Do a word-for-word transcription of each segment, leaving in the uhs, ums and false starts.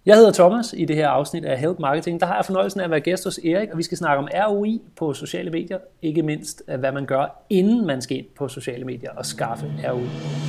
Jeg hedder Thomas. I det her afsnit af Help Marketing, der har jeg fornøjelsen af at være gæst hos Erik, og vi skal snakke om R O I på sociale medier. Ikke mindst, hvad man gør, inden man skal ind på sociale medier og skaffe R O I.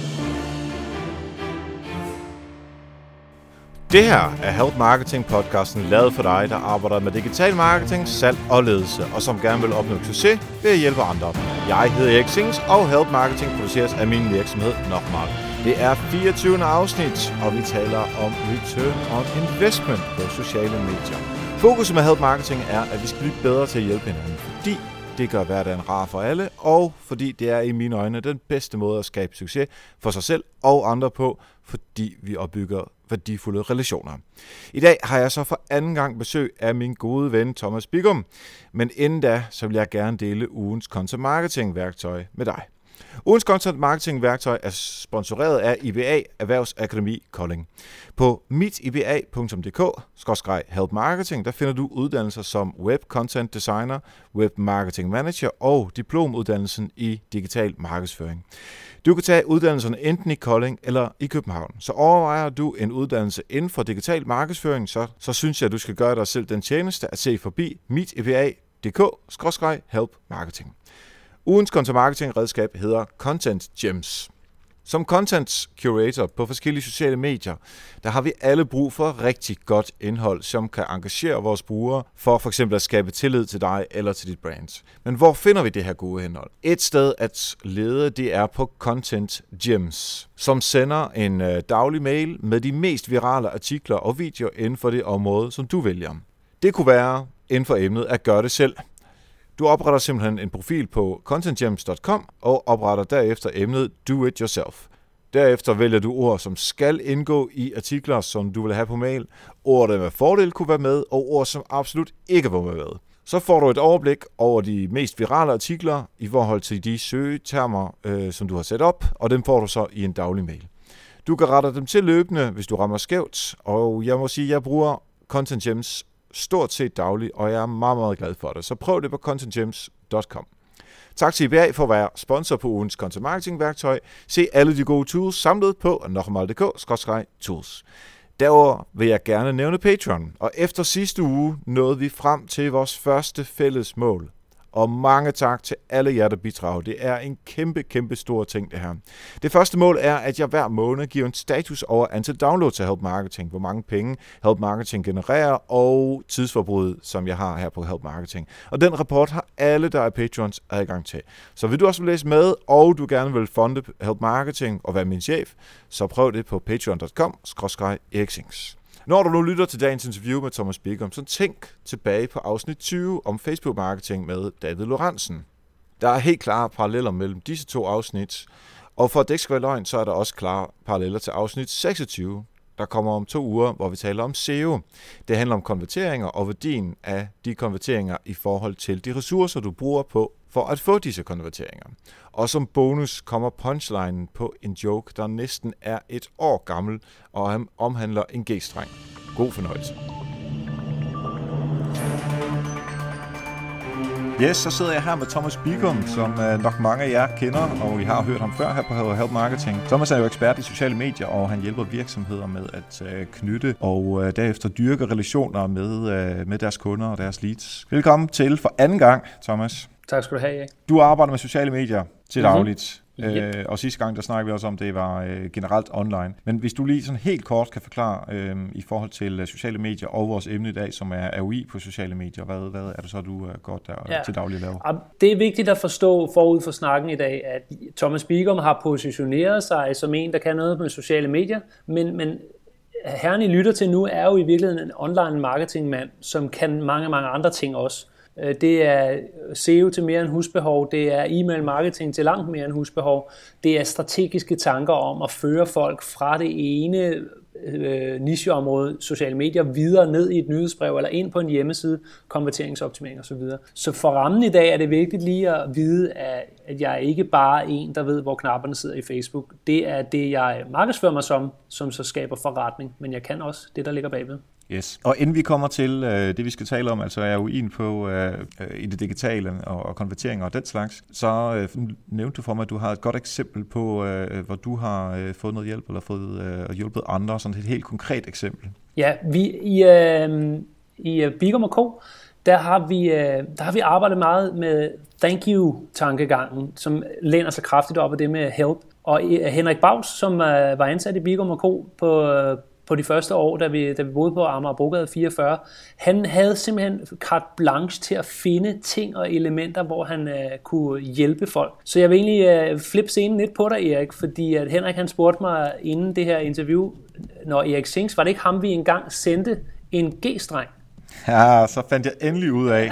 Det her er Help Marketing podcasten lavet for dig, der arbejder med digital marketing, salg og ledelse, og som gerne vil opnå succes ved at hjælpe andre. Jeg hedder Erik Sings, og Help Marketing produceres af min virksomhed Nochmal. Det er fireogtyvende afsnit, og vi taler om return on investment på sociale medier. Fokuset med Help Marketing er, at vi skal blive bedre til at hjælpe hinanden, fordi det gør hverdagen rar for alle, og fordi det er i mine øjne den bedste måde at skabe succes for sig selv og andre på, fordi vi opbygger værdifulde relationer. I dag har jeg så for anden gang besøg af min gode ven Thomas Bigum, men inden da, så vil jeg gerne dele ugens content marketing værktøj med dig. Ugens content marketing værktøj er sponsoreret af I B A Erhvervsakademi Kolding. På mit i b a punktum d k skråstreg help marketing, der finder du uddannelser som web content designer, web marketing manager og diplomuddannelsen i digital markedsføring. Du kan tage uddannelserne enten i Kolding eller i København. Så overvejer du en uddannelse inden for digital markedsføring, så, så synes jeg, at du skal gøre dig selv den tjeneste at se forbi mit i b a punktum d k skråstreg help marketing. Ugens content marketing redskab hedder Content Gems. Som content curator på forskellige sociale medier, der har vi alle brug for rigtig godt indhold, som kan engagere vores brugere for f.eks. at skabe tillid til dig eller til dit brand. Men hvor finder vi det her gode indhold? Et sted at lede, det er på Content Gems, som sender en øh, daglig mail med de mest virale artikler og videoer inden for det område, som du vælger. Det kunne være inden for emnet at gøre det selv. Du opretter simpelthen en profil på content gems punktum com og opretter derefter emnet Do It Yourself. Derefter vælger du ord, som skal indgå i artikler, som du vil have på mail, ord, der med fordel kunne være med, og ord, som absolut ikke var med. Så får du et overblik over de mest virale artikler i forhold til de søgetermer, øh, som du har sat op, og dem får du så i en daglig mail. Du kan rette dem til løbende, hvis du rammer skævt, og jeg må sige, at jeg bruger Content Gems stort set dagligt, og jeg er meget, meget glad for det. Så prøv det på content gems punktum com. Tak til I B A for at være sponsor på ugens content marketing værktøj. Se alle de gode tools samlet på nochmal punktum d k skråstreg tools. Derudover vil jeg gerne nævne Patreon, og efter sidste uge nåede vi frem til vores første fælles mål. Og mange tak til alle jer, der bidrager. Det er en kæmpe, kæmpe stor ting, det her. Det første mål er, at jeg hver måned giver en status over antal downloads af Help Marketing, hvor mange penge Help Marketing genererer, og tidsforbruget, som jeg har her på Help Marketing. Og den rapport har alle, der er Patrons, adgang til. Så vil du også læse med, og du gerne vil funde Help Marketing og være min chef, så prøv det på patreon punktum com skråstreg eriksings. Når du nu lytter til dagens interview med Thomas Bigum, så tænk tilbage på afsnit tyve om Facebook-marketing med David Lorentzen. Der er helt klare paralleller mellem disse to afsnit, og for at det ikke skal være løgn, så er der også klare paralleller til afsnit seksogtyve, der kommer om to uger, hvor vi taler om S E O. Det handler om konverteringer og værdien af de konverteringer i forhold til de ressourcer, du bruger på for at få disse konverteringer. Og som bonus kommer punchlinen på en joke, der næsten er et år gammel og omhandler en G-streng. God fornøjelse. Yes, så sidder jeg her med Thomas Bigum, som nok mange af jer kender, og I har hørt ham før her på Help Marketing. Thomas er jo ekspert i sociale medier, og han hjælper virksomheder med at knytte og derefter dyrke relationer med, med deres kunder og deres leads. Velkommen til for anden gang, Thomas. Tak skal du have, Erik. Du arbejder med sociale medier til dagligt, mm-hmm. yep. øh, og sidste gang, der snakkede vi også om, det var øh, generelt online. Men hvis du lige sådan helt kort kan forklare øh, i forhold til øh, sociale medier og vores emne i dag, som er R O I på sociale medier, hvad, hvad er det så, du øh, godt der ja. til daglig laver? Det er vigtigt at forstå forud for snakken i dag, at Thomas Bigum har positioneret sig som en, der kan noget med sociale medier, men, men herren I lytter til nu, er jo i virkeligheden en online marketingmand, som kan mange, mange andre ting også. Det er S E O til mere end husbehov, det er e-mail marketing til langt mere end husbehov, det er strategiske tanker om at føre folk fra det ene øh, nicheområde, sociale medier, videre ned i et nyhedsbrev eller ind på en hjemmeside, konverteringsoptimering osv. Så for rammen i dag er det vigtigt lige at vide, at jeg ikke bare er en, der ved, hvor knapperne sidder i Facebook. Det er det, jeg markedsfører mig som, som så skaber forretning, men jeg kan også det, der ligger bagved. Yes. Og inden vi kommer til øh, det, vi skal tale om, altså R O I'en på øh, i det digitale og, og konverteringer og den slags, så øh, nævnte du for mig, at du har et godt eksempel på, øh, hvor du har øh, fået noget hjælp eller fået øh, hjulpet andre, sådan et helt konkret eksempel. Ja, vi i, øh, i Bigum og Co., der har, vi, øh, der har vi arbejdet meget med thank you-tankegangen, som læner sig kraftigt op af det med help. Og Henrik Baus, som øh, var ansat i Bigum og Co. på, øh, på de første år, da vi, da vi boede på Amagerbrogade fireogfyrre, han havde simpelthen carte blanche til at finde ting og elementer, hvor han øh, kunne hjælpe folk. Så jeg vil egentlig øh, flippe scenen lidt på dig, Erik, fordi at Henrik han spurgte mig inden det her interview, når Erik Sings, var det ikke ham, vi engang sendte en G-streng? Ja, så fandt jeg endelig ud af.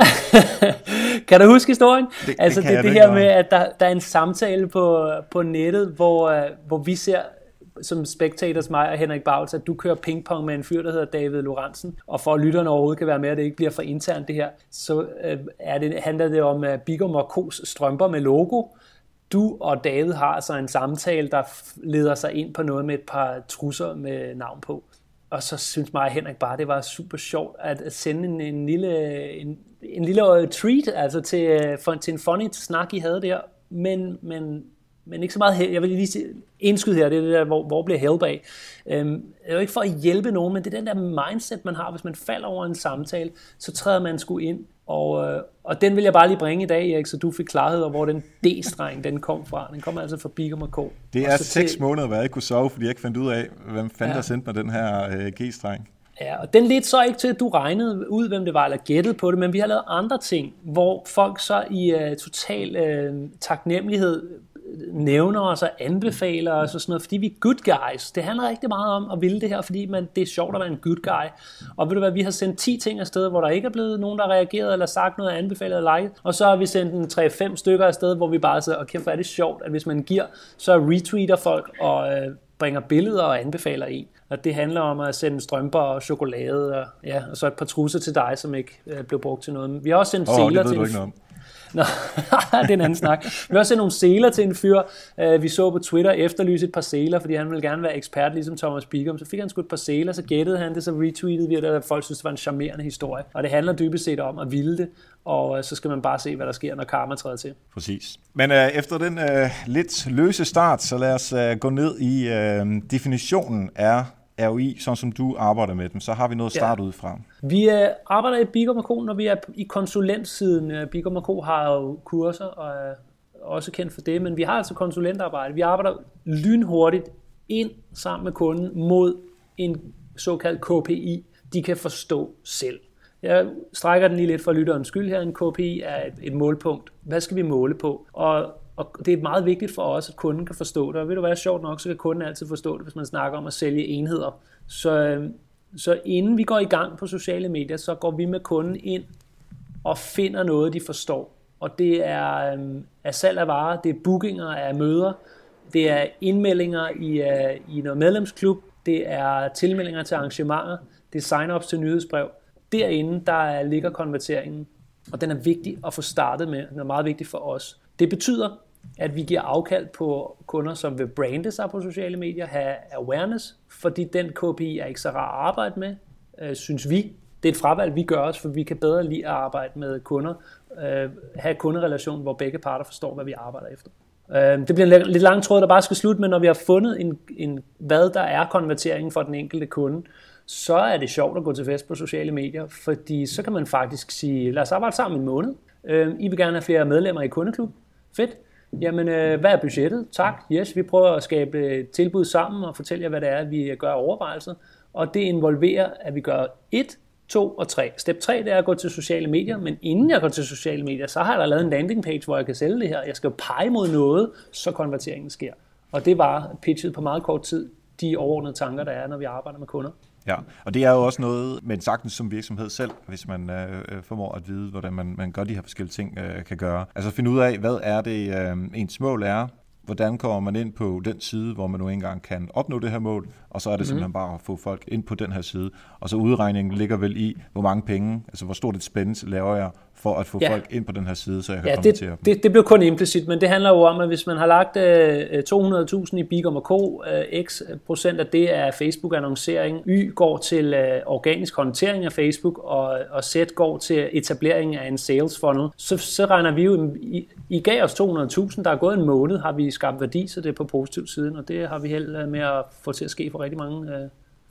Kan du huske historien? Det, altså det, det, det her med, at der, der er en samtale på, på nettet, hvor, uh, hvor vi ser som spectators, mig og Henrik Baus, at du kører pingpong med en fyr, der hedder David Lorentzen, og for at lytterne overhovedet kan være med, at det ikke bliver for internt det her, så uh, er det, handler det om uh, Bigum og Co's strømper med logo. Du og David har altså en samtale, der leder sig ind på noget med et par trusser med navn på. Og så synes mig og Henrik bare, det var super sjovt at sende en, en lille en, en lille treat altså til, for, til en funny snak, I havde der. Men, men, men ikke så meget, jeg vil lige sige, indskyde her, det er det der, hvor, hvor bliver help af. Øhm, det er jo ikke for at hjælpe nogen, men det er den der mindset, man har, hvis man falder over en samtale, så træder man sgu ind. Og, øh, og den vil jeg bare lige bringe i dag, Erik, så du fik klarhed over, hvor den D-streng den kom fra. Den kom altså fra Bigum og Co. Det er seks til... måneder, hvor jeg ikke kunne sove, fordi jeg ikke fandt ud af, hvem fanden ja. der sendte mig den her øh, G-streng. Ja, og den ledte så ikke til, at du regnede ud, hvem det var, eller gættede på det, men vi har lavet andre ting, hvor folk så i uh, total uh, taknemmelighed nævner os og anbefaler os og sådan noget, fordi vi er good guys. Det handler rigtig meget om at ville det her, fordi man, det er sjovt at være en good guy. Og ved du hvad, vi har sendt ti ting afsted, hvor der ikke er blevet nogen, der har reageret eller sagt noget, anbefalet eller liket. Og så har vi sendt en tre fem stykker afsted, hvor vi bare siger, okay, hvor er det sjovt, at hvis man giver, så retweeter folk og øh, bringer billeder og anbefaler en. Og det handler om at sende strømper og chokolade og, ja, og så et par trusser til dig, som ikke øh, blev brugt til noget. Vi har også sendt oh, seler til en... Nå, det er en anden snak. Vi har også sendt nogle seler til en fyr. Vi så på Twitter efterlyse et par seler, fordi han ville gerne være ekspert, ligesom Thomas Bigum. Så fik han sgu et par seler, så gættede han det, så retweetede vi det, og folk synes, det var en charmerende historie. Og det handler dybest set om at ville det, og så skal man bare se, hvad der sker, når karma træder til. Præcis. Men øh, efter den øh, lidt løse start, så lad os øh, gå ned i øh, definitionen af R O I, sådan som du arbejder med dem, så har vi noget at starte ja. ud fra. Vi øh, arbejder i Bigum og Co, når vi er i konsulentsiden. Bigum og Co har jo kurser og er også kendt for det, men vi har altså konsulentarbejde. Vi arbejder lynhurtigt ind sammen med kunden mod en såkaldt K P I, de kan forstå selv. Jeg strækker den lige lidt for lytterens skyld her. En K P I er et, et målpunkt. Hvad skal vi måle på? Og Og det er meget vigtigt for os, at kunden kan forstå det. Og ved du hvad, sjovt nok, så kan kunden altid forstå det, hvis man snakker om at sælge enheder. Så, så inden vi går i gang på sociale medier, så går vi med kunden ind og finder noget, de forstår. Og det er, um, er salg af varer, det er bookinger af møder, det er indmeldinger i, uh, i noget medlemsklub, det er tilmeldinger til arrangementer, det er sign-ups til nyhedsbrev. Derinde, der ligger konverteringen, og den er vigtig at få startet med. Den er meget vigtig for os. Det betyder, at vi giver afkald på kunder, som vil brande sig på sociale medier, have awareness, fordi den K P I er ikke så rar at arbejde med, øh, synes vi. Det er et fravalg, vi gør os, for vi kan bedre lide at arbejde med kunder, øh, have kunderelation, hvor begge parter forstår, hvad vi arbejder efter. Øh, det bliver en lidt lang tråd, der bare skal slutte, men når vi har fundet, en, en, hvad der er konverteringen for den enkelte kunde, så er det sjovt at gå til fest på sociale medier, fordi så kan man faktisk sige, lad os arbejde sammen en måned. Øh, I vil gerne have flere medlemmer i kundeklub. Fedt. Jamen, øh, hvad er budgettet? Tak. Yes, vi prøver at skabe et tilbud sammen og fortælle jer, hvad det er, vi gør overvejelser. Og det involverer, at vi gør et, to og tre. Step tre, det er at gå til sociale medier, men inden jeg går til sociale medier, så har jeg da lavet en landing page, hvor jeg kan sælge det her. Jeg skal jo pege mod noget, så konverteringen sker. Og det var pitchet på meget kort tid, de overordnede tanker, der er, når vi arbejder med kunder. Ja, og det er jo også noget, men sagtens som virksomhed selv, hvis man øh, formår at vide, hvordan man, man gør de her forskellige ting, øh, kan gøre. Altså finde ud af, hvad er det, øh, ens mål er, hvordan kommer man ind på den side, hvor man nu engang kan opnå det her mål, og så er det mm-hmm. simpelthen bare at få folk ind på den her side. Og så udregningen ligger vel i, hvor mange penge, altså hvor stort et spænd laver jeg for at få ja. folk ind på den her side, så jeg kan ja, konvertere det, dem. Det, det blev kun implicit, men det handler jo om, at hvis man har lagt øh, to hundrede tusind i Bigum og Co, øh, x procent af det er Facebook-annoncering, Y går til øh, organisk håndtering af Facebook, og, og Z går til etablering af en sales funnel, så, så regner vi jo, I, I gav os to hundrede tusind, der er gået en måned, har vi skabt værdi, så det er på positiv siden, og det har vi held med at få til at ske for rigtig mange øh,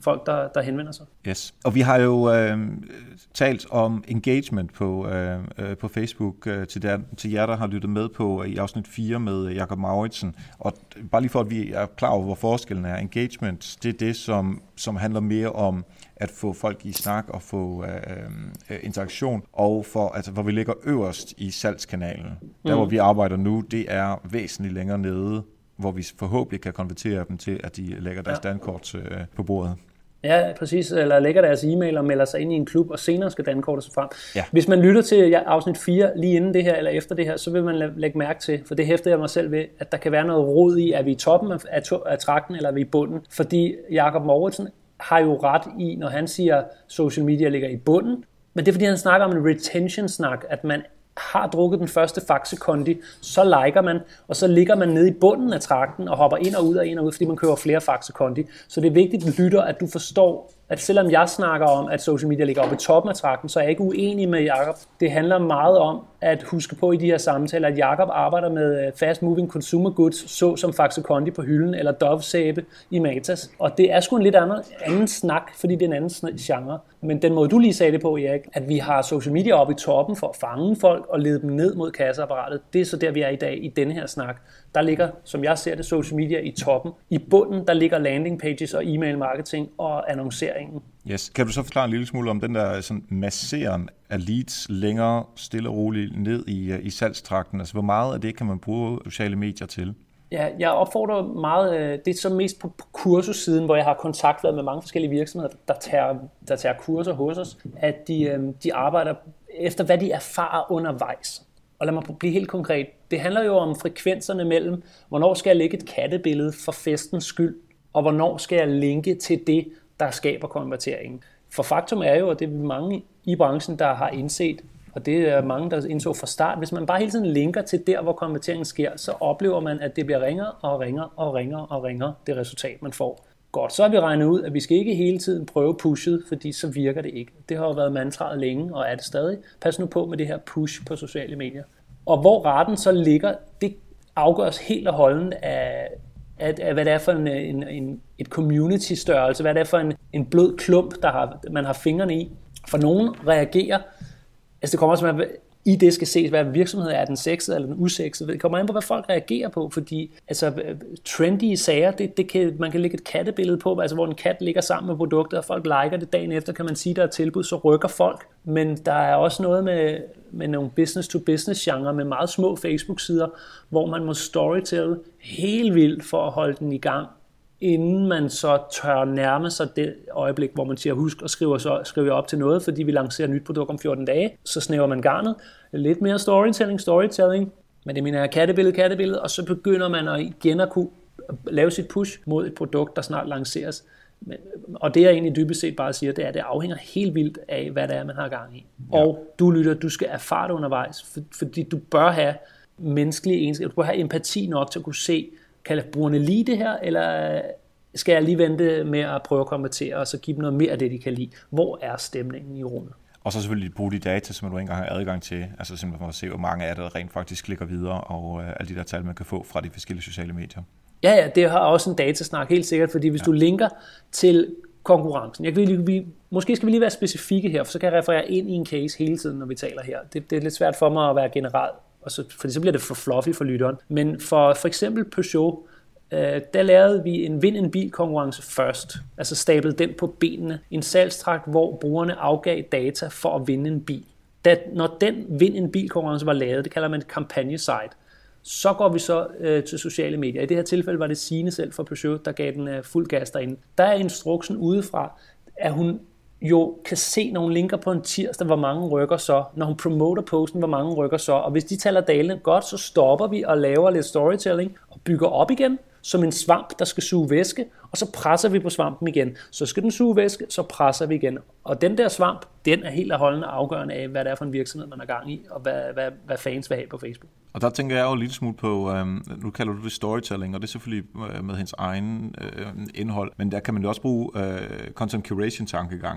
folk, der, der henvender sig. Yes. Og vi har jo øh, talt om engagement på, øh, på Facebook øh, til, der, til jer, der har lyttet med på i afsnit fire med Jakob Mauritsen. Og bare lige for, at vi er klar over, hvor forskellen er. Engagement, det er det, som, som handler mere om at få folk i snak og få øh, interaktion, og for, altså, hvor vi ligger øverst i salgskanalen. Der, mm. hvor vi arbejder nu, det er væsentligt længere nede, hvor vi forhåbentlig kan konvertere dem til, at de lægger deres ja. dankort øh, på bordet. Ja, præcis. Eller lægger deres e-mail og melder sig ind i en klub, og senere skal dankortet sig frem. Ja. Hvis man lytter til ja, afsnit fire lige inden det her, eller efter det her, så vil man lægge mærke til, for det hæfter jeg mig selv ved, at der kan være noget rod i, at vi er i toppen af, af trakten, eller er vi i bunden. Fordi Jakob Mauritsen har jo ret i, når han siger, social media ligger i bunden. Men det er fordi, han snakker om en retention-snak, at man har drukket den første Faxe-kondi, så liker man, og så ligger man nede i bunden af trakten og hopper ind og ud og ind og ud, fordi man køber flere Faxe-kondi. Så det er vigtigt, lytter, at du forstår, at selvom jeg snakker om, at social media ligger oppe i toppen af trakten, så er jeg ikke uenig med Jakob. Det handler meget om at huske på i de her samtaler, at Jakob arbejder med fast moving consumer goods, så som Faxe Kondi på hylden, eller Dove sæbe i Matas. Og det er sgu en lidt anden, anden snak, fordi det er en anden genre. Men den måde, du lige sagde det på, Erik, at vi har social media oppe i toppen for at fange folk og lede dem ned mod kasseapparatet, det er så der, vi er i dag i denne her snak. Der ligger, som jeg ser det, social media i toppen. I bunden, der ligger landing pages og e-mail marketing og annonceringen. Yes. Kan du så forklare en lille smule om den der sådan masseren af leads længere stille og roligt ned i, i salgstrakten? Altså, hvor meget af det kan man bruge sociale medier til? Ja, jeg opfordrer meget, det er så mest på kursussiden, hvor jeg har kontaktflader med mange forskellige virksomheder, der tager, der tager kurser hos os, at de, de arbejder efter, hvad de erfarer undervejs. Og lad mig blive helt konkret. Det handler jo om frekvenserne mellem, hvornår skal jeg lægge et kattebillede for festens skyld, og hvornår skal jeg linke til det, der skaber konverteringen. For faktum er jo, at det er mange i branchen, der har indset, og det er mange, der indså fra start, hvis man bare hele tiden linker til der, hvor konverteringen sker, så oplever man, at det bliver ringere og ringere og ringere og ringere, det resultat, man får. Godt, så har vi regnet ud, at vi skal ikke hele tiden prøve pushet, fordi så virker det ikke. Det har jo været mantraet længe, og er det stadig. Pas nu på med det her push på sociale medier. Og hvor raten så ligger, det afgøres helt og holdent af, af, af hvad det er for en, en, en, et community-størrelse, hvad det er for en, en blød klump, der har, man har fingrene i. For nogen reagerer, altså det kommer også med, i det skal ses, hvad virksomheden er, er den sexede eller den usexede. Det kommer an på, hvad folk reagerer på, fordi altså, trendy sager, det, det kan, man kan lægge et kattebillede på, altså hvor en kat ligger sammen med produktet, og folk liker det dagen efter, kan man sige, der er tilbud, så rykker folk. Men der er også noget med, med nogle business-to-business-genre med meget små Facebook-sider, hvor man må storytelle helt vildt for at holde den i gang, inden man så tør nærme sig det øjeblik, hvor man siger, husk at skrive, så, skrive op til noget, fordi vi lancerer et nyt produkt om fjorten dage, så snæver man garnet. Lidt mere storytelling, storytelling, men det mener jeg kattebillede, kattebillede, og så begynder man at igen at kunne lave sit push mod et produkt, der snart lanceres. Men, og det jeg egentlig dybest set bare siger, det er, at det afhænger helt vildt af, hvad det er, man har gang i. Ja. Og du lytter, du skal erfare det undervejs, for, fordi du bør have menneskelige egenskaber, du bør have empati nok til at kunne se, kan brugerne lide det her, eller skal jeg lige vente med at prøve at konvertere, og så give dem noget mere af det, de kan lide? Hvor er stemningen i rummet? Og så selvfølgelig bruge de data, som du ikke engang har adgang til, altså simpelthen for at se, hvor mange af det der rent faktisk klikker videre, og øh, alle de der tal, man kan få fra de forskellige sociale medier. Ja, ja, det har også en datasnak, helt sikkert, fordi hvis ja. du linker til konkurrencen, jeg kan, vi, måske skal vi lige være specifikke her, for så kan jeg referere ind i en case hele tiden, når vi taler her. Det, det er lidt svært for mig at være generel, og så, fordi så bliver det for fluffy for lytteren. Men for for eksempel Peugeot, øh, der lavede vi en vind en bil konkurrence først, altså stablede den på benene, en salgstrakt, hvor brugerne afgav data for at vinde en bil. Da, når den vind en bil konkurrence var lavet, det kalder man et kampagnesite, så går vi så øh, til sociale medier. I det her tilfælde var det Signe selv fra Peugeot, der gav den øh, fuld gas derinde. Der er instruksen udefra, at hun jo kan se nogle linker på en tirsdag, hvor mange rykker så. Når hun promoter posten, hvor mange rykker så. Og hvis de taler dalende godt, så stopper vi og laver lidt storytelling og bygger op igen, som en svamp, der skal suge væske, og så presser vi på svampen igen. Så skal den suge væske, så presser vi igen. Og den der svamp, den er helt afholdende afgørende af, hvad det er for en virksomhed, man er gang i, og hvad, hvad, hvad fans vil have på Facebook. Og der tænker jeg jo lidt smule på, øhm, nu kalder du det storytelling, og det er selvfølgelig med hendes egen øh, indhold, men der kan man jo også bruge øh, content curation tankegangen.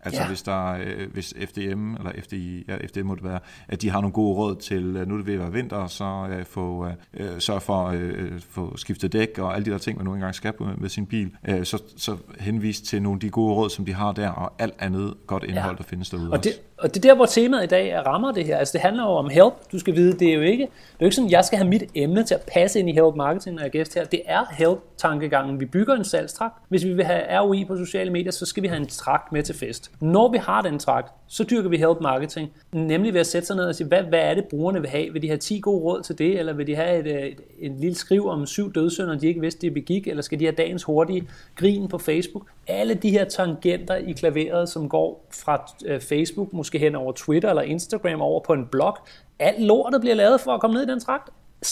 Altså ja. hvis der hvis F D M eller F D I, ja, F D M må det være, at de har nogle gode råd til, nu er det ved at være vinter, så uh, få uh, sørg for at uh, få skiftet dæk og alle de der ting, man nu engang skal på med, med sin bil, uh, så, så henvis til nogle af de gode råd, som de har der, og alt andet godt indhold, ja. der findes derude. Og det, og det er der, hvor temaet i dag rammer det her. Altså det handler jo om help. Du skal vide, det er jo ikke, det er jo ikke sådan, jeg skal have mit emne til at passe ind i help marketing, når jeg er gæst her. Det er help-tankegangen. Vi bygger en salgstrakt. Hvis vi vil have R O I på sociale medier, så skal vi have en trakt med til fest. Når vi har den trakt, så dyrker vi help marketing, nemlig ved at sætte sig ned og sige, hvad, hvad er det, brugerne vil have? Vil de have ti gode råd til det, eller vil de have et, et, et lille skriv om syv dødssynder, de ikke vidste, de begik, eller skal de have dagens hurtige grin på Facebook? Alle de her tangenter i klaveret, som går fra øh, Facebook, måske hen over Twitter eller Instagram, over på en blog, alt lortet bliver lavet for at komme ned i den trakt.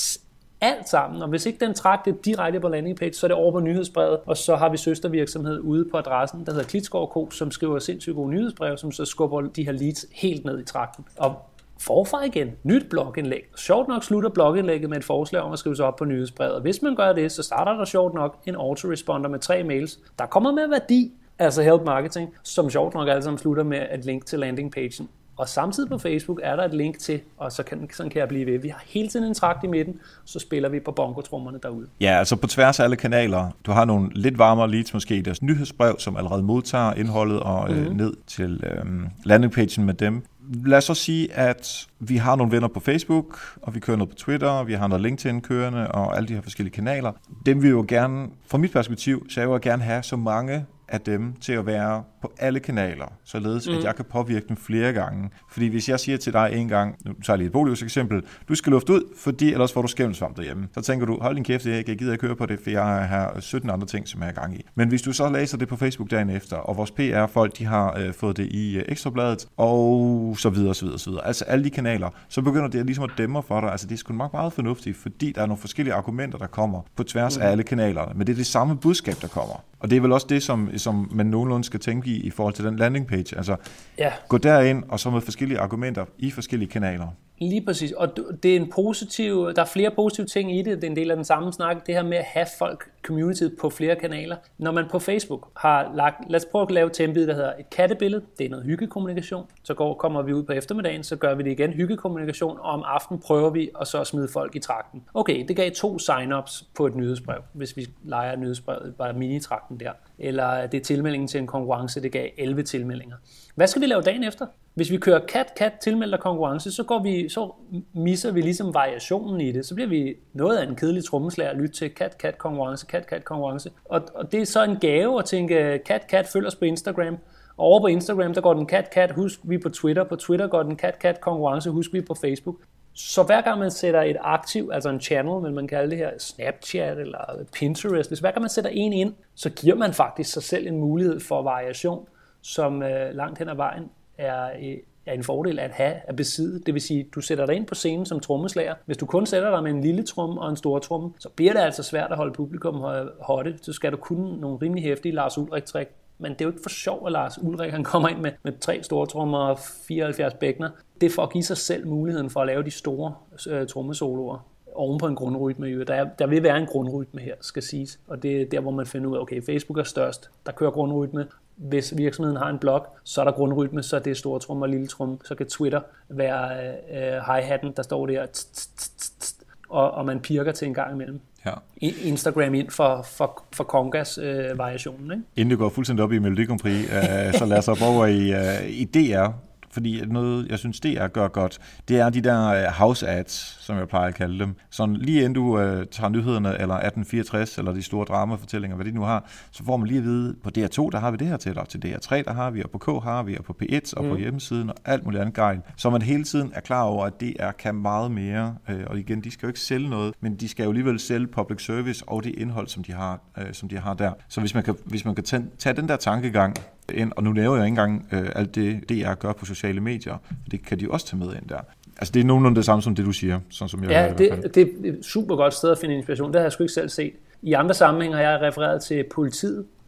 Alt sammen, og hvis ikke den trakt er direkte på landing page, så er det over på nyhedsbrevet, og så har vi søstervirksomhed ude på adressen, der hedder Klitskov og Co., som skriver sindssygt gode nyhedsbreve, som så skubber de her leads helt ned i trakten. Og forfra igen, nyt blogindlæg. Sjovt nok slutter blogindlægget med et forslag om at skrive sig op på nyhedsbrevet. Og hvis man gør det, så starter der sjovt nok en autoresponder med tre mails, der kommer med værdi, altså help marketing, som sjovt nok alle sammen slutter med et link til landingpagen. Og samtidig på Facebook er der et link til, og så kan, sådan kan jeg blive ved. Vi har hele tiden en trakt i midten, så spiller vi på bongotrommerne derude. Ja, altså på tværs af alle kanaler. Du har nogle lidt varmere leads måske i deres nyhedsbrev, som allerede modtager indholdet og mm-hmm. øh, ned til øh, landingpagen med dem. Lad os så sige, at vi har nogle venner på Facebook, og vi kører noget på Twitter, og vi har noget LinkedIn kørende, og alle de her forskellige kanaler. Dem vil jo gerne, fra mit perspektiv, så jeg vil gerne have så mange af dem til at være på alle kanaler, således mm. at jeg kan påvirke dem flere gange. Fordi hvis jeg siger til dig en gang, nu tager jeg lige et Bolius eksempel, du skal lufte ud, fordi ellers får du skævnsvamp derhjemme. Så tænker du, hold din kæft, jeg gider ikke køre på det, for jeg har sytten andre ting, som jeg er i gang i. Men hvis du så læser det på Facebook dagen efter, og vores P R-folk, de har øh, fået det i øh, Ekstrabladet, og så videre, så videre, så videre. Altså alle de kanaler, så begynder det ligesom at dæmme for dig. Altså det er sgu nok meget fornuftigt, fordi der er nogle forskellige argumenter, der kommer på tværs mm. af alle kanalerne. Men det er det samme budskab, der kommer. Og det er vel også det, som, som man nogenlunde skal tænke i i forhold til den landing page. Altså ja. Gå derind, og så med forskellige argumenter i forskellige kanaler. Lige præcis, og det er en positiv, der er flere positive ting i det, det er en del af den samme snak, det her med at have folk, communityet på flere kanaler. Når man på Facebook har lagt, lad os prøve at lave et template, der hedder et kattebillede, det er noget hyggekommunikation, så går, kommer vi ud på eftermiddagen, så gør vi det igen, hyggekommunikation, og om aftenen prøver vi at så smide folk i trakten. Okay, det gav to sign-ups på et nyhedsbrev, hvis vi leger nyhedsbrevet, bare mini-trakten der. Eller det er tilmeldingen til en konkurrence, det gav elleve tilmeldinger. Hvad skal vi lave dagen efter? Hvis vi kører kat-kat tilmelder konkurrence, så, går vi, så misser vi ligesom variationen i det. Så bliver vi noget af en kedelig trommeslager at lytte til kat-kat konkurrence, kat-kat konkurrence. Og, og det er så en gave at tænke, kat-kat følg os på Instagram. Og over på Instagram, der går den kat-kat, husk vi på Twitter. På Twitter går den kat-kat konkurrence, husk vi på Facebook. Så hver gang man sætter et aktiv, altså en channel, vil man kalde det her, Snapchat eller Pinterest, hvis hver gang man sætter en ind, så giver man faktisk sig selv en mulighed for variation, som øh, langt hen ad vejen er, øh, er en fordel at have, at besidde. Det vil sige, du sætter dig ind på scenen som trommeslager. Hvis du kun sætter dig med en lille tromme og en stor tromme, så bliver det altså svært at holde publikum hotte. Så skal du kunne nogle rimelig hæftige Lars Ulrik-træk. Men det er jo ikke for sjov, at Lars Ulrik han kommer ind med, med tre store trommer og fireoghalvfjerds bækkener. Det er for at give sig selv muligheden for at lave de store øh, trommesoloer oven på en grundrytme. Der, er, der vil være en grundrytme her, skal siges. Og det er der, hvor man finder ud af, okay, Facebook er størst. Der kører grundrytme. Hvis virksomheden har en blog, så er der grundrytme, så er det store tromme og lille tromme. Så kan Twitter være øh, hi-hatten, der står der, tst, tst, tst, tst, og, og man pirker til en gang imellem. Ja. Instagram ind for, for, for Kongas øh, variationen. Ikke? Inden det går fuldstændig op i Melodi Grand Prix, øh, så lad os op over i, øh, i D R. Fordi noget, jeg synes, D R gør godt, det er de der house ads, som jeg plejer at kalde dem. Sådan lige inden du uh, tager nyhederne, eller atten fireogtres, eller de store dramafortællinger, hvad de nu har, så får man lige at vide, på D R to, der har vi det her til dig, til D R tre, der har vi, og på K har vi, og på P et, og mm. på hjemmesiden, og alt muligt andet gejl. Så man hele tiden er klar over, at D R kan meget mere, øh, og igen, de skal jo ikke sælge noget, men de skal jo alligevel sælge public service og det indhold, som de har, øh, som de har der. Så hvis man kan, hvis man kan tage, tage den der tankegang ind, og nu nævner jeg ikke engang øh, alt det, D R gør på sociale medier, for det kan de også tage med ind der. Altså det er nogenlunde det samme, som det du siger, sådan som jeg ja, hører, det, det er et super godt sted at finde inspiration. Det har jeg sgu ikke selv set. I andre sammenhænge har jeg refereret til politiet,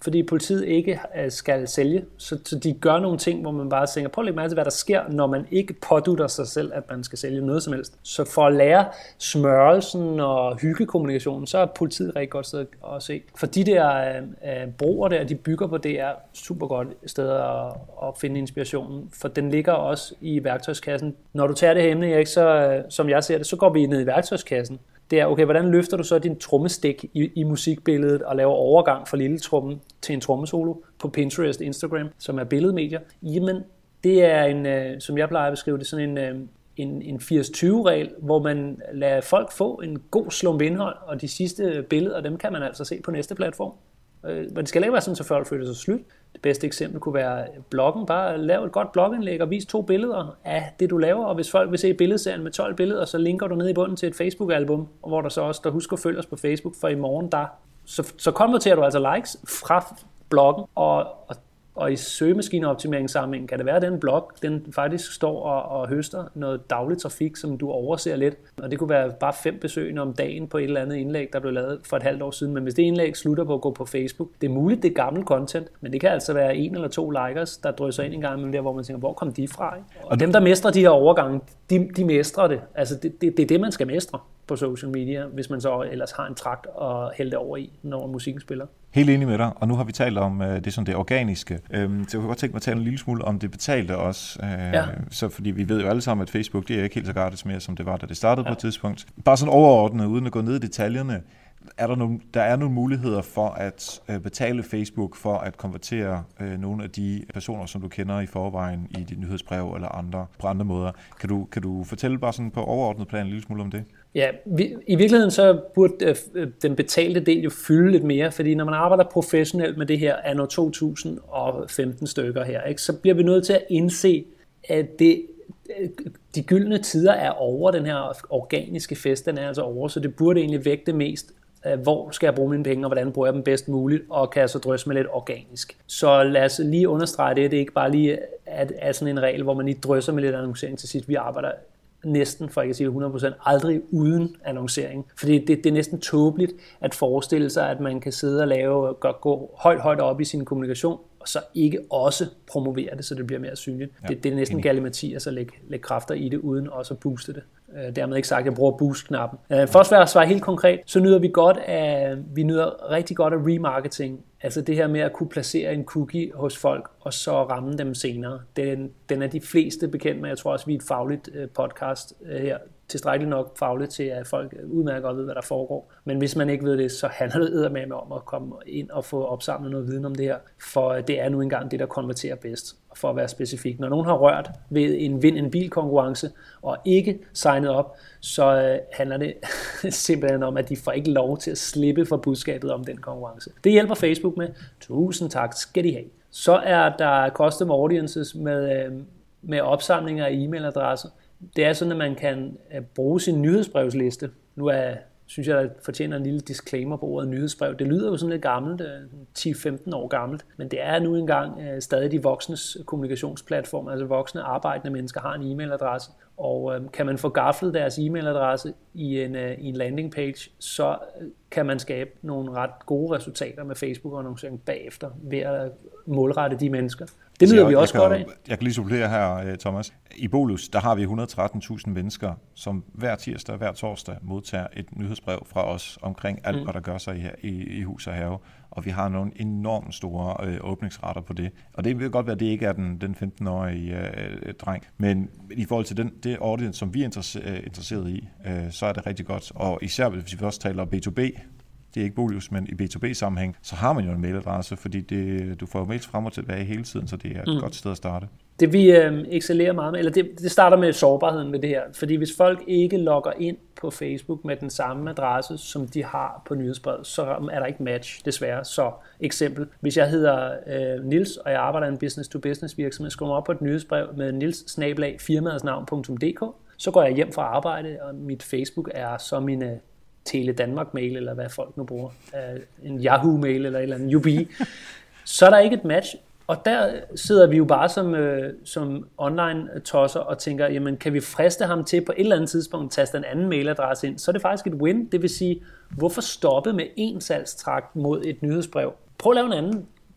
fordi politiet ikke skal sælge. Så, så de gør nogle ting, hvor man bare tænker, prøv at lægge mærke til, hvad der sker, når man ikke pådutter sig selv, at man skal sælge noget som helst. Så for at lære smørelsen og hyggekommunikationen, så er politiet rigtig godt sted at se. For de der øh, broer der, de bygger på, det er super godt sted at, at finde inspirationen, for den ligger også i værktøjskassen. Når du tager det her emne, Erik, så, som jeg ser det, så går vi ned i værktøjskassen. Det er, okay, hvordan løfter du så din trommestik i, i musikbilledet og laver overgang fra lille trommen til en trommesolo på Pinterest, Instagram, som er billedmedier? Jamen, det er en, øh, som jeg plejer at beskrive det, sådan en, øh, en, en firs tyve regel, hvor man lader folk få en god slump indhold, og de sidste billeder, dem kan man altså se på næste platform. Men det skal ikke være sådan, så folk føler sig slut. Det bedste eksempel kunne være bloggen. Bare lav et godt blogindlæg og vis to billeder af det, du laver. Og hvis folk vil se billedserien med tolv billeder, så linker du ned i bunden til et Facebook-album, hvor der så også, der husker at følge os på Facebook, for i morgen der. Så, så konverterer du altså likes fra bloggen, og, og Og i søgemaskineoptimering sammenhæng kan det være, at den blog, den faktisk står og, og høster noget daglig trafik, som du overser lidt. Og det kunne være bare fem besøgende om dagen på et eller andet indlæg, der blev lavet for et halvt år siden. Men hvis det indlæg slutter på at gå på Facebook, det er muligt, det er gammel content, men det kan altså være en eller to likers, der drysser ind en gang imellem der, hvor man tænker, hvor kom de fra? Ikke? Og dem, der mestrer de her overgange, de, de mestrer det. Altså det, det, det er det, man skal mestre på social media, hvis man så ellers har en trakt og hælde det over i, når musikken spiller. Helt enig med dig, og nu har vi talt om øh, det som det organiske. Øhm, så jeg kunne godt tænke mig at tale en lille smule om det betalte også. Øh, ja. Så fordi vi ved jo alle sammen, at Facebook, det er ikke helt så gratis mere, som det var, da det startede ja. på et tidspunkt. Bare sådan overordnet, uden at gå ned i detaljerne, er der, nogle, der er nogle muligheder for at øh, betale Facebook for at konvertere øh, nogle af de personer, som du kender i forvejen i dit nyhedsbrev eller andre på andre måder. Kan du, kan du fortælle bare sådan på overordnet plan en lille smule om det? Ja, vi, i virkeligheden så burde øh, den betalte del jo fylde lidt mere, fordi når man arbejder professionelt med det her anno to tusind og femten stykker her, ikke, så bliver vi nødt til at indse, at det, de gyldne tider er over, den her organiske fest, den er altså over, så det burde egentlig vægte mest, hvor skal jeg bruge mine penge, og hvordan bruger jeg dem bedst muligt, og kan jeg så drysse med lidt organisk. Så lad os lige understrege det, det er ikke bare lige at, at sådan en regel, hvor man lige drysser med lidt annoncering til sidst. Vi arbejder næsten, for ikke at sige hundrede procent, aldrig uden annoncering. Fordi det, det er næsten tåbeligt at forestille sig, at man kan sidde og lave, gå, gå højt, højt op i sin kommunikation, og så ikke også promovere det, så det bliver mere synligt. Ja, det, det er næsten galimatias at lægge, lægge kræfter i det, uden også at booste det. Uh, dermed ikke sagt, at jeg bruger boost-knappen. Uh, først vil jeg svare helt konkret, så nyder vi godt af, vi nyder rigtig godt af remarketing. Altså det her med at kunne placere en cookie hos folk, og så ramme dem senere. Den, den er de fleste bekendt med. Jeg tror også, vi er et fagligt uh, podcast uh, her. Tilstrækkeligt nok fagligt til, at folk udmærket godt ved, hvad der foregår. Men hvis man ikke ved det, så handler det eddermame om at komme ind og få opsamlet noget viden om det her. For det er nu engang det, der konverterer bedst, for at være specifik. Når nogen har rørt ved en vind-en-bil-konkurrence og ikke signet op, så handler det simpelthen om, at de får ikke lov til at slippe for budskabet om den konkurrence. Det hjælper Facebook med. Tusind tak skal de have. Så er der custom audiences med, med opsamlinger af e-mailadresser. Det er sådan, at man kan bruge sin nyhedsbrevsliste. Nu er, synes jeg, at jeg fortjener en lille disclaimer på ordet nyhedsbrev. Det lyder jo sådan lidt gammelt, ti femten år gammelt, men det er nu engang stadig de voksnes kommunikationsplatform, altså voksne arbejdende mennesker har en e-mailadresse, og kan man få gaflet deres e-mailadresse i en, i en landing page, så kan man skabe nogle ret gode resultater med Facebook-annoncering bagefter ved at målrette de mennesker. Det lyder vi også kan, godt af. Jeg kan lige supplere her, Thomas. I Bolus, der har vi et hundrede og tretten tusind mennesker, som hver tirsdag og hver torsdag modtager et nyhedsbrev fra os omkring alt, mm. hvad der gør sig i, i, i hus og have. Og vi har nogle enormt store øh, åbningsrater på det. Og det vil godt være, at det ikke er den, den femten-årige øh, dreng. Men i forhold til den, det audience, som vi er interesseret i, øh, så er det rigtig godt. Og især hvis vi også taler B to B, det er ikke Bolus, men i B to B-sammenhæng, så har man jo en mailadresse, fordi det, du får mails frem og tilbage hele tiden, så det er et mm. godt sted at starte. Det vi øh, excellerer meget med, eller det, det starter med sårbarheden ved det her, fordi hvis folk ikke logger ind på Facebook med den samme adresse, som de har på nyhedsbrevet, så er der ikke match, desværre. Så eksempel, hvis jeg hedder øh, Nils, og jeg arbejder i en business-to-business virksomhed, så kommer jeg op på et nyhedsbrev med nils bindestreg firmaetsnavn punktum d k, så går jeg hjem fra arbejde, og mit Facebook er så mine Tele Danmark-mail, eller hvad folk nu bruger, en Yahoo-mail eller et eller andet, U B, så er der ikke et match. Og der sidder vi jo bare som, øh, som online-tosser og tænker, jamen kan vi friste ham til på et eller andet tidspunkt taste en anden mailadresse ind, så er det faktisk et win. Det vil sige, hvorfor stoppe med én salgstrakt mod et nyhedsbrev? Prøv at lave en anden.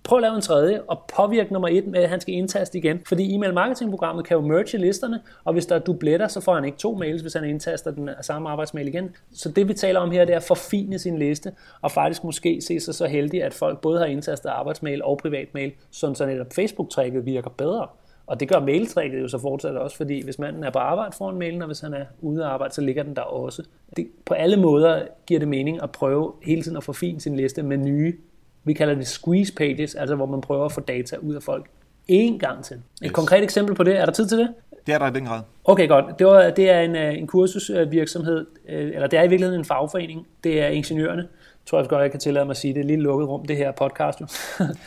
Prøv at lave en tredje, og påvirke nummer et med, at han skal indtaste igen. Fordi e-mail marketing-programmet kan jo merge listerne, og hvis der er dubletter, så får han ikke to mails, hvis han indtaster den samme arbejdsmail igen. Så det vi taler om her, det er at forfine sin liste, og faktisk måske se sig så heldig, at folk både har indtastet arbejdsmail og privatmail, sådan så netop Facebook-tricket virker bedre. Og det gør mailtricket jo så fortsat også, fordi hvis manden er på arbejde foran mailen, og hvis han er ude af arbejde, så ligger den der også. Det, på alle måder giver det mening at prøve hele tiden at forfine sin liste med nye, vi kalder det squeeze pages, altså hvor man prøver at få data ud af folk en gang til. Et yes. konkret eksempel på det, er der tid til det? Det er der i den grad. Okay, godt. Det, var, det er en, en kursusvirksomhed, eller det er i virkeligheden en fagforening. Det er ingeniørerne. Jeg tror jeg godt, jeg kan tillade mig at sige, det er et lille lukket rum, det her podcast jo.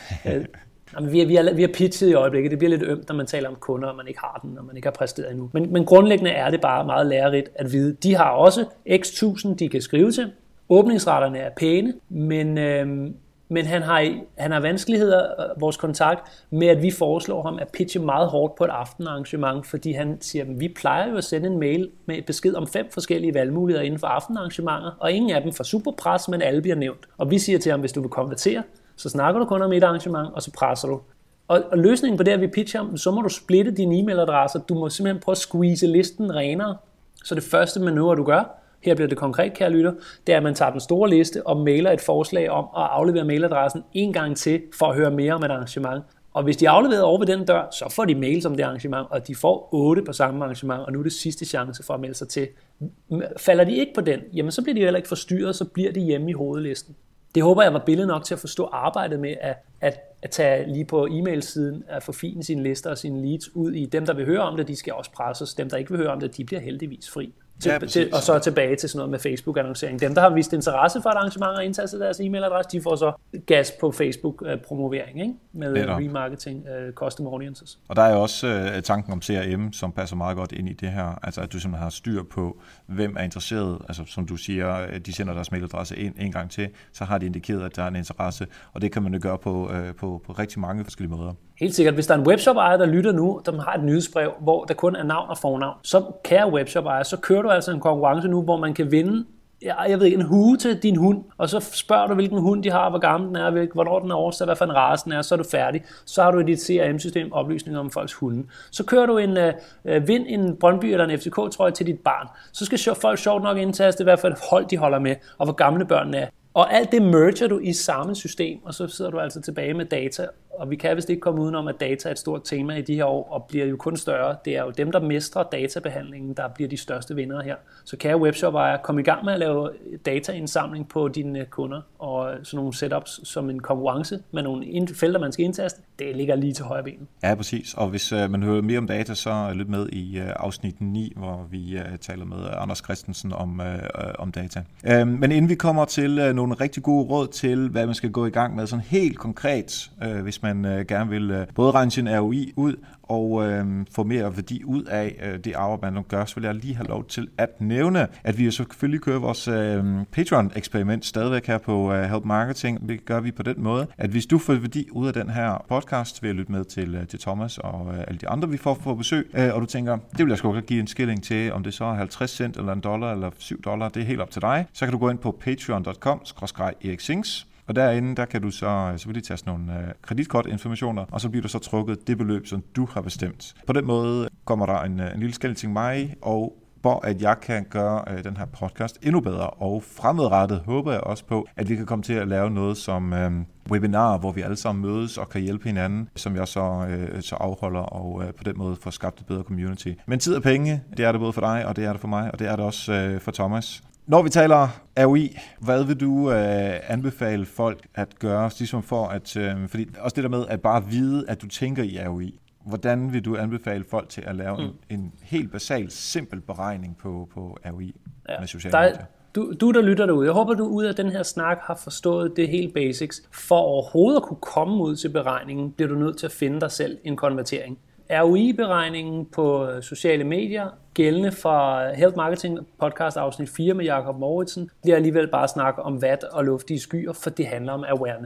Jamen, vi, er, vi, er, vi er pitchet i øjeblikket. Det bliver lidt ømt, når man taler om kunder, og man ikke har den, og man ikke har præsteret endnu. Men, men grundlæggende er det bare meget lærerigt at vide. De har også x tusind, de kan skrive til. Åbningsretterne er pæne, men, øhm, men han, har, han har vanskeligheder, vores kontakt, med at vi foreslår ham at pitche meget hårdt på et aftenarrangement, fordi han siger, at vi plejer jo at sende en mail med et besked om fem forskellige valgmuligheder inden for aftenarrangementer, og ingen af dem får superpres, men alle bliver nævnt. Og vi siger til ham, hvis du vil konvertere, så snakker du kun om et arrangement, og så presser du. Og, og løsningen på det, at vi pitcher ham, så må du splitte dine e-mailadresser. Du må simpelthen prøve at squeeze listen renere. Så det første manøvre, du gør, her bliver det konkret, kære lytter, det er, at man tager den store liste og mailer et forslag om at aflevere mailadressen en gang til, for at høre mere om et arrangement. Og hvis de er afleveret over ved den dør, så får de mails om det arrangement, og de får otte på samme arrangement, og nu er det sidste chance for at melde sig til. Falder de ikke på den, jamen så bliver de heller ikke forstyrret, så bliver de hjemme i hovedlisten. Det håber jeg var billede nok til at forstå arbejdet med at, at, at tage lige på e-mailsiden at forfine sine lister og sine leads ud i dem, der vil høre om det, de skal også presses. Dem, der ikke vil høre om det, de bliver heldigvis fri. Til, ja, til, og så tilbage til sådan noget med Facebook-annoncering. Dem, der har vist interesse for et arrangement og indtastet deres e-mailadresse, de får så gas på Facebook-promovering, ikke? Med Better. remarketing, uh, custom audiences. Og der er jo også uh, tanken om C R M, som passer meget godt ind i det her. Altså at du simpelthen har styr på, hvem er interesseret. Altså som du siger, de sender deres mailadresse en, en gang til, så har de indikeret, at der er en interesse. Og det kan man jo gøre på, uh, på, på rigtig mange forskellige måder. Helt sikkert. Hvis der er en webshop-ejer, der lytter nu, der har et nyhedsbrev, hvor der kun er navn og fornavn, så kære webshop-ejer, så kører du altså en konkurrence nu, hvor man kan vinde, jeg ved ikke, en hue til din hund, og så spørger du, hvilken hund de har, hvor gammel den er, hvornår den er oversat, hvad for en race den er, så er du færdig. Så har du i dit C R M-system oplysninger om folks hunde. Så kører du en uh, vind en Brøndby eller en F C K-trøje til dit barn. Så skal folk sjovt nok indtaste, i hvert fald hold de holder med, og hvor gamle børnene er. Og alt det merger du i samme system, og så sidder du altså tilbage med data. Og vi kan vist ikke komme udenom, at data er et stort tema i de her år, og bliver jo kun større. Det er jo dem, der mestrer databehandlingen, der bliver de største vindere her. Så kære webshop-ejere, kom i gang med at lave dataindsamling på dine kunder, og sådan nogle setups som en konkurrence med nogle felter, man skal indtaste. Det ligger lige til højre benet. Ja, præcis. Og hvis uh, man hører mere om data, så lyt med i uh, afsnit ni, hvor vi uh, taler med Anders Christensen om, uh, uh, om data. Uh, men inden vi kommer til uh, nogle rigtig gode råd til, hvad man skal gå i gang med, sådan helt konkret, uh, hvis man man øh, gerne vil øh, både regne sin R O I ud og øh, få mere værdi ud af øh, det arbejde, man gør, så vil jeg lige have lov til at nævne, at vi jo selvfølgelig kører vores øh, Patreon-eksperiment stadigvæk her på øh, Help Marketing. Det gør vi på den måde, at hvis du får værdi ud af den her podcast, vil jeg lytte med til, øh, til Thomas og øh, alle de andre, vi får på besøg, øh, og du tænker, det vil jeg sgu godt give en skilling til, om det så er halvtreds cent eller en dollar eller syv dollar, det er helt op til dig. Så kan du gå ind på patreon punktum com skråstreg erik sings. Og derinde, der kan du så selvfølgelig tage nogle øh, kreditkortinformationer, og så bliver der så trukket det beløb, som du har bestemt. På den måde kommer der en, en lille skæld til mig, og hvor at jeg kan gøre øh, den her podcast endnu bedre. Og fremadrettet håber jeg også på, at vi kan komme til at lave noget som øh, webinarer, hvor vi alle sammen mødes og kan hjælpe hinanden, som jeg så, øh, så afholder, og øh, på den måde får skabt et bedre community. Men tid og penge, det er det både for dig, og det er det for mig, og det er det også øh, for Thomas. Når vi taler R O I, hvad vil du øh, anbefale folk at gøre, ligesom for at, øh, fordi også det der med at bare vide, at du tænker i R O I, hvordan vil du anbefale folk til at lave mm. en, en helt basal, simpel beregning på, på R O I ja. med sociale medier? Du, du, der lytter derude, jeg håber, du ud af den her snak har forstået det helt basics. For overhovedet at kunne komme ud til beregningen, bliver du nødt til at finde dig selv en konvertering. R O I-beregningen på sociale medier, gældende for Help Marketing podcast afsnit fire med Jakob Mouritsen, bliver alligevel bare snak om vat og luftige skyer, for det handler om awareness.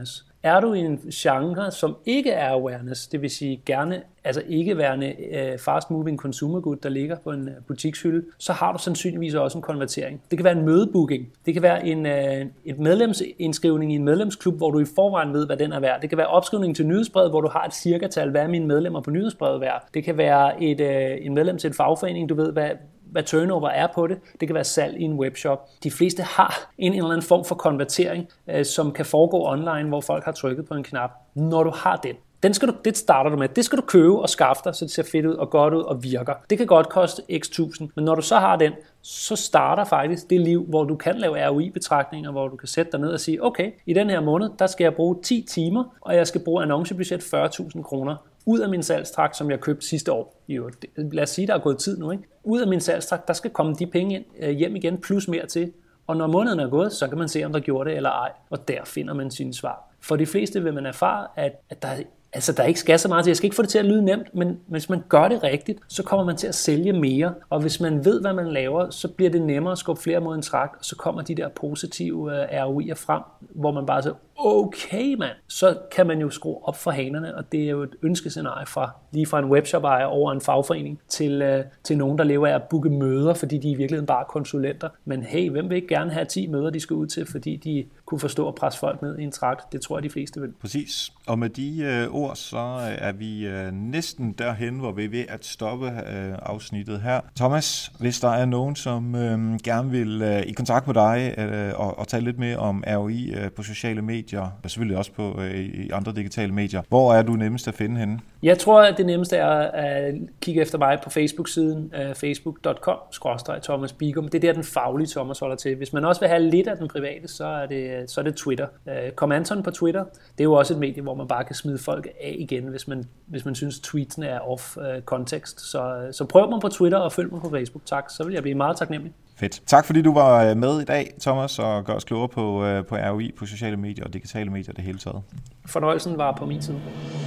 Er du i en genre, som ikke er awareness, det vil sige gerne, altså ikke værende uh, fast moving consumer good, der ligger på en uh, butikshylde, så har du sandsynligvis også en konvertering. Det kan være en mødebooking. Det kan være en, uh, et medlemsindskrivning i en medlemsklub, hvor du i forvejen ved, hvad den er værd. Det kan være opskrivning til nyhedsbrevet, hvor du har et cirkatal, hvad er mine medlemmer på nyhedsbrevet værd. Det kan være et, uh, en medlem til en fagforening, du ved, hvad hvad turnover er på det. Det kan være salg i en webshop. De fleste har en eller anden form for konvertering, øh, som kan foregå online, hvor folk har trykket på en knap. Når du har den, den skal du, det starter du med. Det skal du købe og skaffe dig, så det ser fedt ud og godt ud og virker. Det kan godt koste x tusind, men når du så har den, så starter faktisk det liv, hvor du kan lave R O I-betragtninger, hvor du kan sætte dig ned og sige, okay, i den her måned, der skal jeg bruge ti timer, og jeg skal bruge annoncebudget fyrre tusind kroner. Ud af min salgstrakt, som jeg købte sidste år. Jo, lad os sige, der er gået tid nu. Ikke? Ud af min salgstrakt, der skal komme de penge ind, øh, hjem igen, plus mere til. Og når måneden er gået, så kan man se, om der gjorde det eller ej. Og der finder man sine svar. For de fleste vil man erfare, at, at der, altså, der ikke skal så meget til. Jeg skal ikke få det til at lyde nemt, men hvis man gør det rigtigt, så kommer man til at sælge mere. Og hvis man ved, hvad man laver, så bliver det nemmere at skubbe flere mod en trakt, og så kommer de der positive uh, R O I'er frem, hvor man bare siger, okay mand, så kan man jo skrue op for hanerne, og det er jo et ønskescenarie fra, lige fra en webshop-ejer over en fagforening til, uh, til nogen, der lever af at booke møder, fordi de i virkeligheden bare er konsulenter. Men hey, hvem vil ikke gerne have ti møder, de skal ud til, fordi de kunne forstå at presse folk ned i en trakt? Det tror jeg, de fleste vil. Præcis. Og med de øh, ord, så er vi øh, næsten derhen, hvor vi er ved at stoppe øh, afsnittet her. Thomas, hvis der er nogen, som øh, gerne vil øh, i kontakt med dig øh, og, og tale lidt mere om R O I øh, på sociale medier, og selvfølgelig også på øh, i andre digitale medier, hvor er du nemmest at finde henne? Jeg tror, at det nemmeste er at kigge efter mig på Facebook-siden, uh, facebook punktum com skråstreg Thomas Bigum. Det er der, den faglige Thomas holder til. Hvis man også vil have lidt af den private, så er det, så er det Twitter. Uh, Kom Anton på Twitter. Det er jo også et medie, hvor man bare kan smide folk af igen, hvis man, hvis man synes, tweetsene er off uh, kontekst. Så, så prøv mig på Twitter og følg mig på Facebook. Tak, så vil jeg blive meget taknemmelig. Fedt. Tak fordi du var med i dag, Thomas, og gør os klogere på, på R O I, på sociale medier og digitale medier det hele taget. Fornøjelsen var på min side.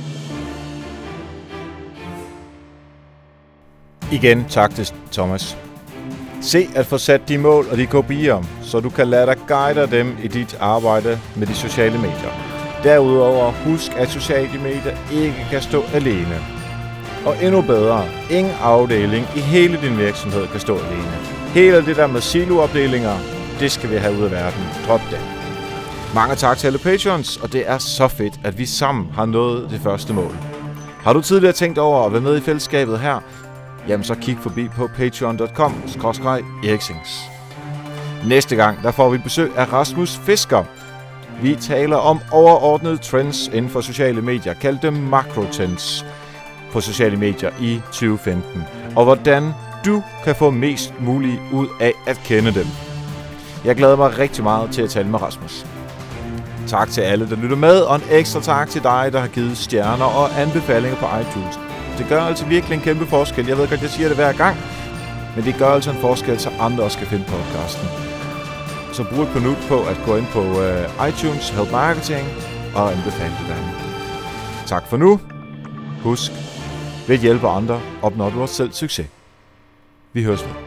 Igen tak til Thomas. Se at få sat de mål og de kopier, så du kan lade dig guide dem i dit arbejde med de sociale medier. Derudover husk, at sociale medier ikke kan stå alene. Og endnu bedre, ingen afdeling i hele din virksomhed kan stå alene. Hele det der med siloopdelinger, det skal vi have ud af verden. Drop det. Mange tak til alle patrons, og det er så fedt, at vi sammen har nået det første mål. Har du tidligere tænkt over at være med i fællesskabet her? Jamen så kig forbi på patreon punktum com skråstreg eriksings. Næste gang, der får vi besøg af Rasmus Fisker. Vi taler om overordnede trends inden for sociale medier, kaldt dem makrotrends på sociale medier i tyve femten, og hvordan du kan få mest muligt ud af at kende dem. Jeg glæder mig rigtig meget til at tale med Rasmus. Tak til alle, der lytter med, og en ekstra tak til dig, der har givet stjerner og anbefalinger på iTunes. Det gør altså virkelig en kæmpe forskel. Jeg ved godt, jeg siger det hver gang, men det gør altså en forskel, så andre også kan finde podcasten. Så brug et minut på at gå ind på uh, iTunes, Help Marketing og anbefale det der. Tak for nu. Husk, ved at hjælpe andre opnår du også selv succes. Vi høres ved.